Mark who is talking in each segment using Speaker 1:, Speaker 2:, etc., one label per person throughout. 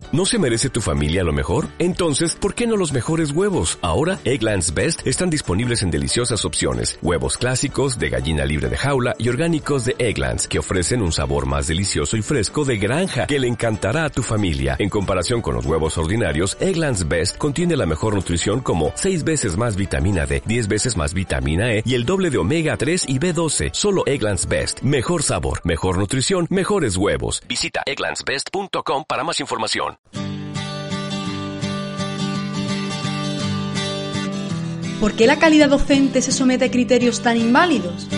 Speaker 1: ¿No se merece tu familia lo mejor? Entonces, ¿por qué no los mejores huevos? Ahora, Eggland's Best están disponibles en deliciosas opciones. Huevos clásicos, de gallina libre de jaula y orgánicos de Eggland's, que ofrecen un sabor más delicioso y fresco de granja, que le encantará a tu familia. En comparación con los huevos ordinarios, Eggland's Best contiene la mejor nutrición como 6 veces más vitamina D, 10 veces más vitamina E y el doble de omega 3 y B12. Solo Eggland's Best. Mejor sabor, mejor nutrición, mejores huevos. Visita egglandsbest.com para más información.
Speaker 2: ¿Por qué la calidad docente se somete a criterios tan inválidos?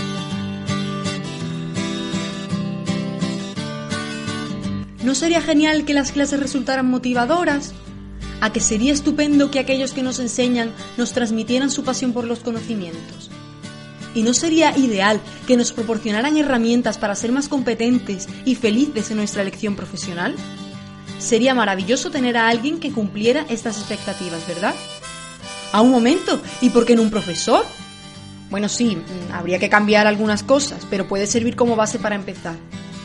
Speaker 2: ¿No sería genial que las clases resultaran motivadoras? ¿A que sería estupendo que aquellos que nos enseñan nos transmitieran su pasión por los conocimientos? ¿Y no sería ideal que nos proporcionaran herramientas para ser más competentes y felices en nuestra elección profesional? Sería maravilloso tener a alguien que cumpliera estas expectativas, ¿verdad? ¡A un momento! ¿Y por qué no un profesor? Bueno, sí, habría que cambiar algunas cosas, pero puede servir como base para empezar.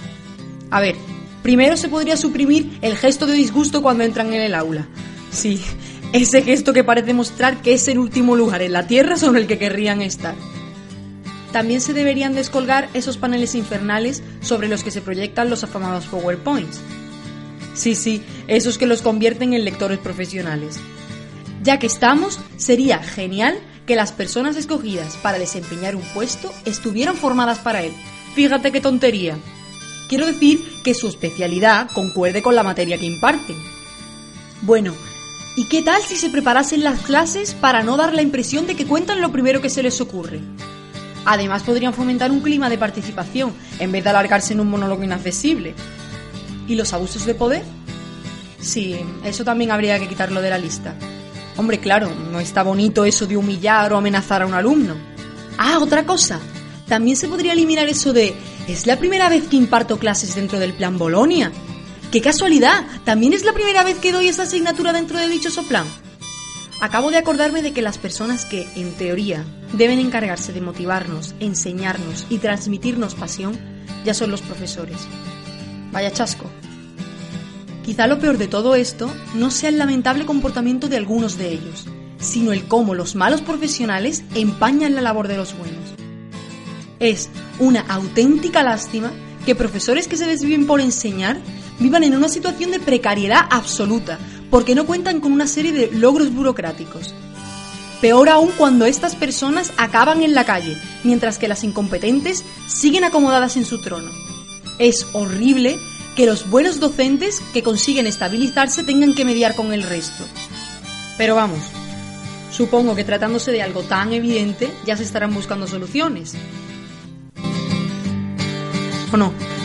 Speaker 2: A ver, primero se podría suprimir el gesto de disgusto cuando entran en el aula. Sí, ese gesto que parece mostrar que es el último lugar en la tierra sobre el que querrían estar. También se deberían descolgar esos paneles infernales sobre los que se proyectan los afamados PowerPoints. Sí, esos que los convierten en lectores profesionales. Ya que estamos, sería genial que las personas escogidas para desempeñar un puesto estuvieran formadas para él. Fíjate qué tontería. Quiero decir que su especialidad concuerde con la materia que imparten. Bueno, ¿y qué tal si se preparasen las clases para no dar la impresión de que cuentan lo primero que se les ocurre? Además podrían fomentar un clima de participación en vez de alargarse en un monólogo inaccesible. ¿Y los abusos de poder? Sí, eso también habría que quitarlo de la lista. Hombre, claro, no está bonito eso de humillar o amenazar a un alumno. Ah, otra cosa. También se podría eliminar eso de «Es la primera vez que imparto clases dentro del plan Bolonia». ¡Qué casualidad! También es la primera vez que doy esa asignatura dentro de dichoso plan. Acabo de acordarme de que las personas que, en teoría, deben encargarse de motivarnos, enseñarnos y transmitirnos pasión, ya son los profesores. Vaya chasco. Quizá lo peor de todo esto no sea el lamentable comportamiento de algunos de ellos, sino el cómo los malos profesionales empañan la labor de los buenos. Es una auténtica lástima que profesores que se desviven por enseñar vivan en una situación de precariedad absoluta, porque no cuentan con una serie de logros burocráticos. Peor aún cuando estas personas acaban en la calle, mientras que las incompetentes siguen acomodadas en su trono. Es horrible que los buenos docentes que consiguen estabilizarse tengan que mediar con el resto. Pero vamos, supongo que tratándose de algo tan evidente ya se estarán buscando soluciones. ¿O no?